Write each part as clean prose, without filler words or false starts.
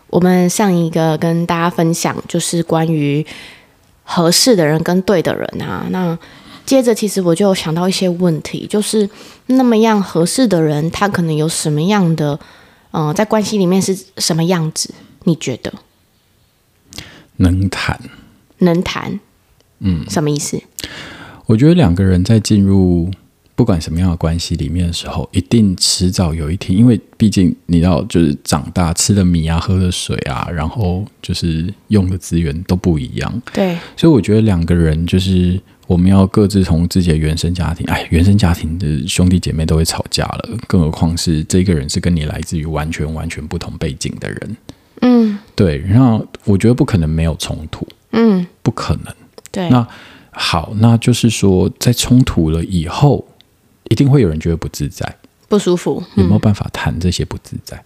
我们上一个跟大家分享就是关于合适的人跟对的人啊，那接着其实我就想到一些问题，就是那么样合适的人，他可能有什么样的在关系里面是什么样子？你觉得？ 能谈， 什么意思？ 我觉得两个人在进入不管什么样的关系里面的时候，一定迟早有一天，因为毕竟你知道，就是长大吃的米啊，喝的水啊，然后就是用的资源都不一样。 对， 所以我觉得两个人就是我们要各自从自己的原生家庭，原生家庭的兄弟姐妹都会吵架了，更何况是这个人是跟你来自于完全不同背景的人。对，然后我觉得不可能没有冲突，不可能。 对， 那好，那就是说，在冲突了以后，一定会有人觉得不自在、 不舒服。 有没有办法谈这些不自在？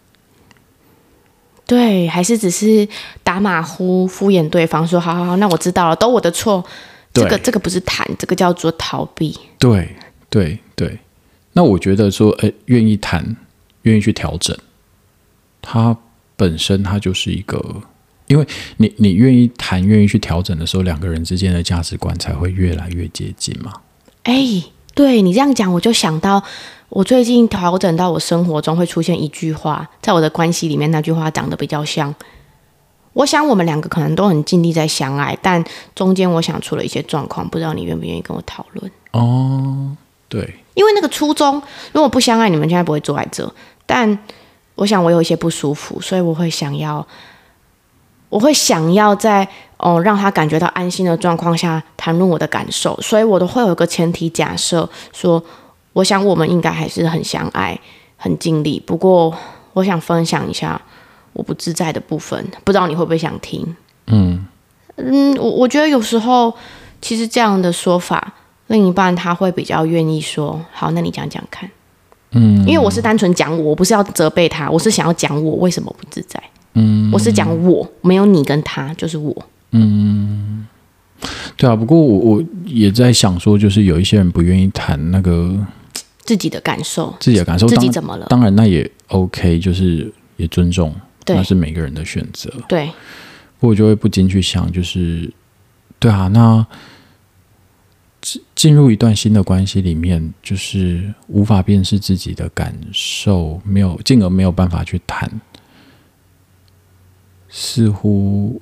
对，还是只是打马虎、敷衍对方，说好好好，那我知道了，都我的错。这个不是谈，这个叫做逃避。对。 那我觉得说，愿意谈，愿意去调整，它本身它就是一个。因为你愿意谈、愿意去调整的时候，两个人之间的价值观才会越来越接近嘛。 对你这样讲，我就想到我最近调整到我生活中会出现一句话，在我的关系里面，那句话长得比较像。我想我们两个可能都很尽力在相爱，但中间我想出了一些状况，不知道你愿不愿意跟我讨论？ 对， 因为那个初衷，如果不相爱，你们现在不会坐在这。但我想我有一些不舒服，所以我会想要在让他感觉到安心的状况下谈论我的感受，所以我都会有一个前提假设，说我想我们应该还是很相爱、很尽力。不过我想分享一下我不自在的部分，不知道你会不会想听？我觉得有时候其实这样的说法，另一半他会比较愿意说，好，那你讲讲看。因为我是单纯讲我不是要责备他，我是想要讲我为什么不自在。我是讲我，没有你跟他，就是我。 对啊。不过我也在想说，就是有一些人不愿意谈那个自己的感受， 自己怎么了？当然那也 OK， 就是也尊重，那是每个人的选择。 对。 不过我就会不禁去想，就是对啊，那进入一段新的关系里面，就是无法辨识自己的感受，进而没有办法去谈。似乎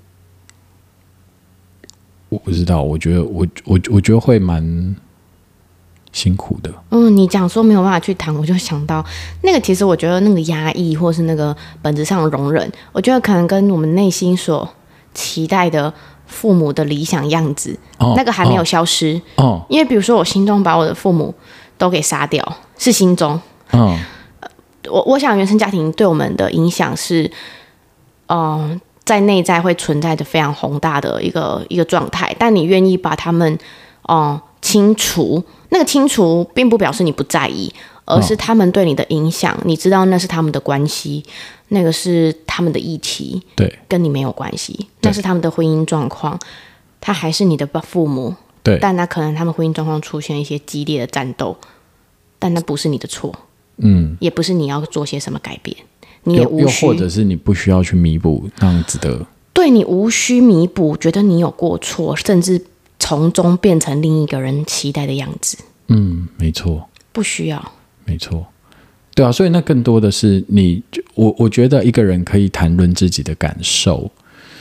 我不知道，我觉得会蛮辛苦的。 你讲说没有办法去谈，我就想到那个，其实我觉得那个压抑，或是那个本质上的容忍，我觉得可能跟我们内心所期待的父母的理想样子，那个还没有消失。因为比如说我心中把我的父母都给杀掉，是心中。我想原生家庭对我们的影响是。在内在会存在着非常宏大的一个状态，但你愿意把他们清除，那个清除并不表示你不在意，而是他们对你的影响，你知道那是他们的关系，那个是他们的议题， 对， 跟你没有关系，那是他们的婚姻状况，他还是你的父母， 对， 但那可能他们婚姻状况出现一些激烈的战斗，但那不是你的错，也不是你要做些什么改变。你也无需， 又或者是你不需要去弥补那样子的， 对，你无需弥补，觉得你有过错，甚至从中变成另一个人期待的样子。 没错， 不需要， 没错，对啊，所以那更多的是我觉得一个人可以谈论自己的感受，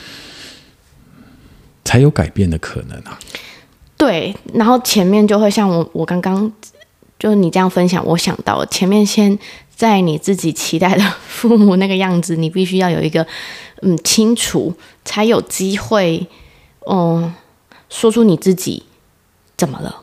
才有改变的可能啊。 对，然后前面就会像我刚刚就是你这样分享，我想到前面先。在你自己期待的父母那个样子，你必须要有一个清楚，才有机会说出你自己怎么了。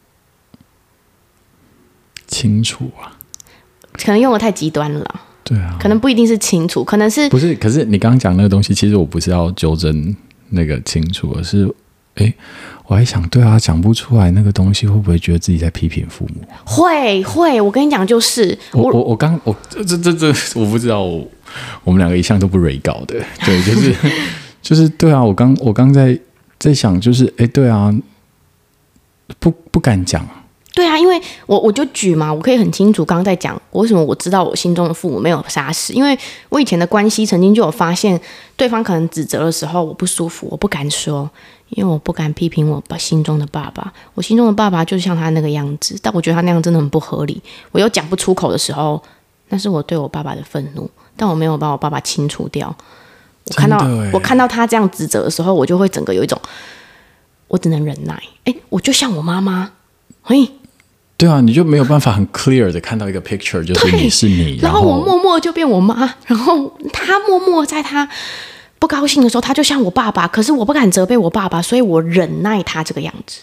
清楚啊， 可能用的太极端了啦。 对啊， 可能不一定是清楚，可能是不是？可是你刚刚讲那个东西，其实我不是要纠正那个清楚，而是我还想，对啊，讲不出来那个东西，会不会觉得自己在批评父母？会， 我跟你讲，就是这我不知道，我们两个一向都不蕊稿的，对，就是对啊，我刚在想，就是对啊，不敢讲， 对啊，因为我就举嘛，我可以很清楚刚刚在讲为什么我知道我心中的父母没有杀死，因为我以前的关系曾经就有发现，对方可能指责的时候我不舒服，我不敢说，因为我不敢批评我心中的爸爸，我心中的爸爸就像他那个样子，但我觉得他那样真的很不合理，我又讲不出口的时候，那是我对我爸爸的愤怒，但我没有把我爸爸清除掉。我看到他这样指责的时候，我就会整个有一种我只能忍耐，我就像我妈妈， 对啊，你就没有办法很 clear 的看到一个 picture， 就是你是你， 然后我默默就变我妈，然后他默默在他不高兴的时候，他就像我爸爸，可是我不敢责备我爸爸，所以我忍耐他这个样子，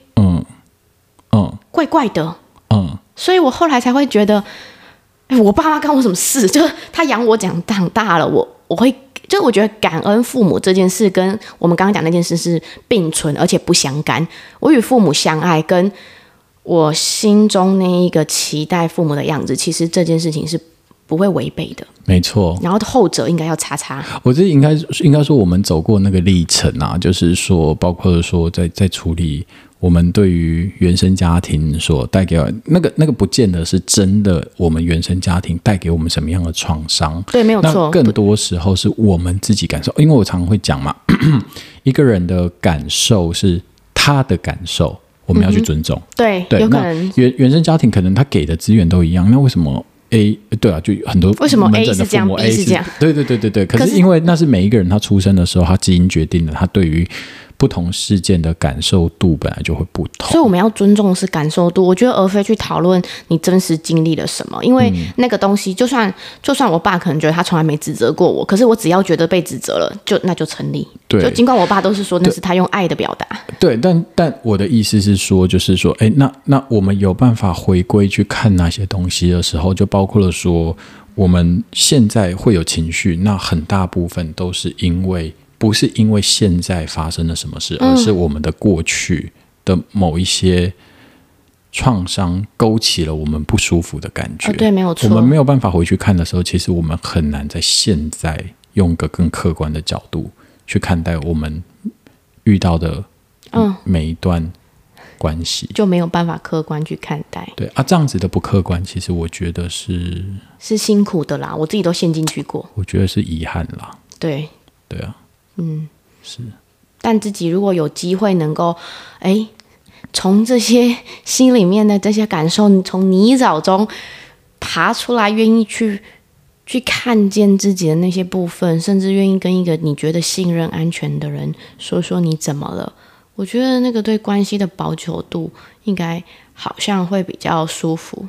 怪怪的，所以我后来才会觉得，我爸妈干我什么事？就是他养我长大了，我会。就我觉得感恩父母这件事跟我们刚刚讲那件事是并存而且不相干。我与父母相爱，跟我心中那一个期待父母的样子，其实这件事情是不会违背的。 没错。 然后后者应该要叉叉。 我这应该说我们走过那个历程啊，就是说包括说在处理我们对于原生家庭所带给那个不见得是真的，我们原生家庭带给我们什么样的创伤？ 对，没有错。 那更多时候是我们自己感受，因为我常常会讲嘛，一个人的感受是他的感受，我们要去尊重。 对，有可能原生家庭可能他给的资源都一样，那为什么？A 对啊，就很多为什么 A 是这样 ，B 是这样？ 对。可是因为那是每一个人他出生的时候，他基因决定了他对于不同事件的感受度本来就会不同， 所以我们要尊重的是感受度。我觉得而非去讨论你真实经历了什么，因为那个东西，就算我爸可能觉得他从来没指责过我，可是我只要觉得被指责了，那就成立。 对， 就尽管我爸都是说那是他用爱的表达。 对，但我的意思是说，就是说，那我们有办法回归去看那些东西的时候，就包括了说，我们现在会有情绪，那很大部分都是不是因为现在发生了什么事，而是我们的过去的某一些创伤勾起了我们不舒服的感觉。 对，没有错。 我们没有办法回去看的时候，其实我们很难在现在用一个更客观的角度去看待我们遇到的每一段关系， 就没有办法客观去看待。 对啊，这样子的不客观，其实我觉得是辛苦的啦，我自己都陷进去过。 我觉得是遗憾啦。 对啊。是， 但自己如果有机会能够，从这些心里面的这些感受，从泥沼中爬出来，愿意去看见自己的那些部分，甚至愿意跟一个你觉得信任、安全的人说你怎么了，我觉得那个对关系的保久度应该好像会比较舒服。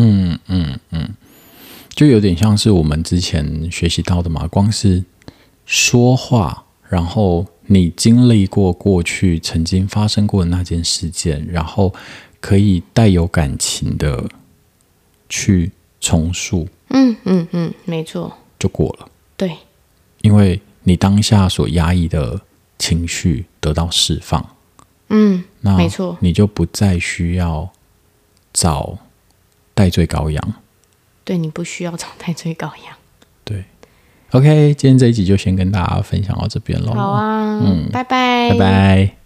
就有点像是我们之前学习到的嘛，光是说话。然后你经历过过去曾经发生过的那件事件，然后可以带有感情的去重述， 没错， 就过了。 对， 因为你当下所压抑的情绪得到释放，那没错， 你就不再需要找代罪羔羊。 对，你不需要找代罪羔羊。 对。OK， 今天这一集就先跟大家分享到这边咯。 好啊，拜拜， 拜拜。